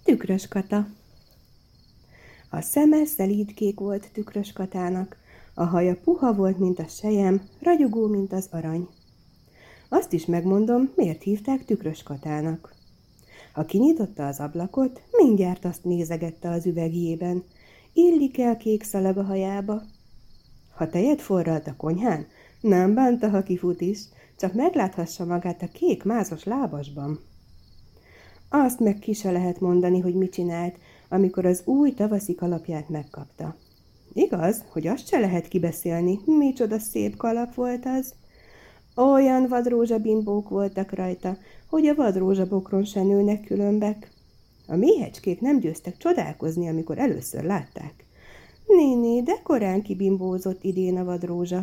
Tükrös kata. A szeme szelídkék volt Tükrös katának, a haja puha volt, mint a selyem, ragyogó, mint az arany. Azt is megmondom, miért hívták Tükrös katának. Ha kinyitotta az ablakot, mindjárt azt nézegette az üvegjében. Illik el kék szalag a hajába. Ha tejet forralt a konyhán, nem bánta, ha kifut is, csak megláthassa magát a kék mázos lábasban. Azt meg ki se lehet mondani, hogy mit csinált, amikor az új tavaszi kalapját megkapta. Igaz, hogy azt se lehet kibeszélni, micsoda szép kalap volt az. Olyan vadrózsabimbók voltak rajta, hogy a vadrózsabokron se nőnek különbek. A méhecskék nem győztek csodálkozni, amikor először látták. Néni, de korán kibimbózott idén a vadrózsa.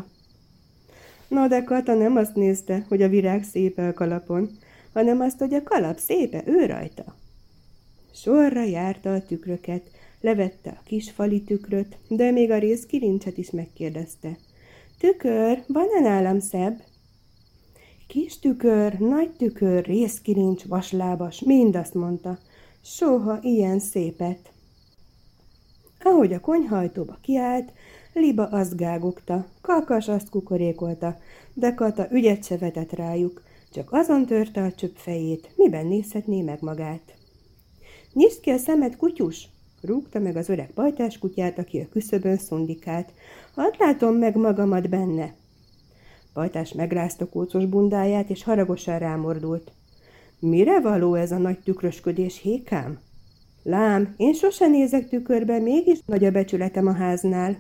Na de Kata nem azt nézte, hogy a virág szépe a kalapon, hanem azt, hogy a kalap szépe ő rajta. Sorra járta a tükröket, levette a kis fali tükröt, de még a rézkilincset is megkérdezte. Tükör, van-e nálam szebb? Kis tükör, nagy tükör, rézkilincs, vaslábas, mind azt mondta. Soha ilyen szépet. Ahogy a konyhajtóba kiállt, Liba azt gágogta, Kakas azt kukorékolta, de Kata ügyet se vetett rájuk, csak azon törte a csöpp fejét, miben nézhetné meg magát. Nyisd ki a szemed, kutyus! Rúgta meg az öreg pajtáskutyát, aki a küszöbön szundikált. Hadd látom meg magamat benne! Pajtás megrázta kócos bundáját, és haragosan rámordult. Mire való ez a nagy tükrösködés, hékám? Lám, én sose nézek tükörbe, mégis nagy a becsületem a háznál.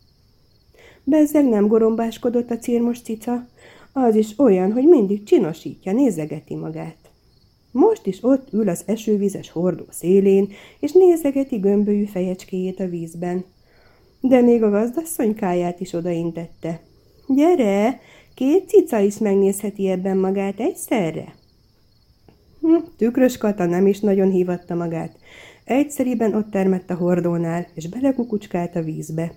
Bezzeg nem gorombáskodott a cirmos cica, az is olyan, hogy mindig csinosítja, nézegeti magát. Most is ott ül az esővizes hordó szélén, és nézegeti gömbölyű fejecskéjét a vízben. De még a gazdasszonykáját is odaintette. Gyere, két cica is megnézheti ebben magát egyszerre. Tükrös Kata nem is nagyon hívatta magát. Egyszeriben ott termett a hordónál, és belekukucskált a vízbe.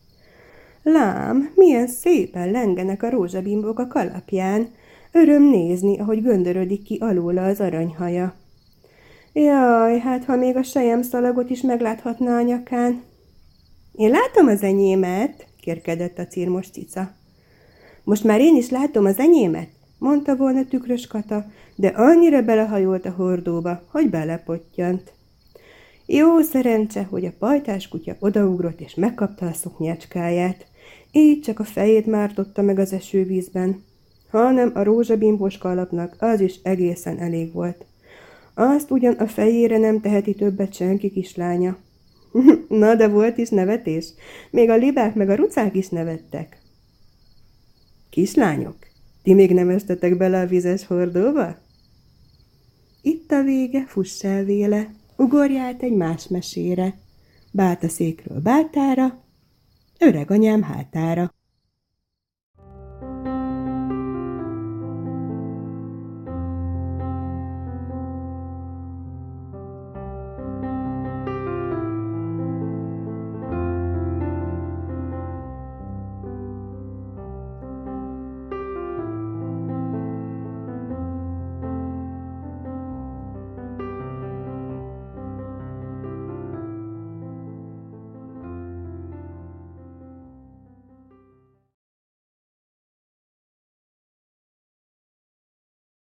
Lám, milyen szépen lengenek a rózsabimbók a kalapján. Öröm nézni, ahogy göndörödik ki alóla az aranyhaja. Jaj, hát ha még a selyemszalagot is megláthatná a nyakán. Én látom az enyémet, kérkedett a cirmos cica. Most már én is látom az enyémet, mondta volna Tükrös Kata, de annyira belehajolt a hordóba, hogy belepottyant. Jó szerencse, hogy a pajtáskutya odaugrott és megkapta a szoknyácskáját. Így csak a fejét mártotta meg az esővízben, hanem a rózsabimbós kalapnak az is egészen elég volt. Azt ugyan a fejére nem teheti többet senki kislánya. Na, de volt is nevetés. Még a libák meg a rucák is nevettek. Kislányok, ti még nem estetek bele a vizes hordóba? Itt a vége, fuss el véle, ugorj át egy más mesére. Báltaszékről báltára, öreg anyám hátára.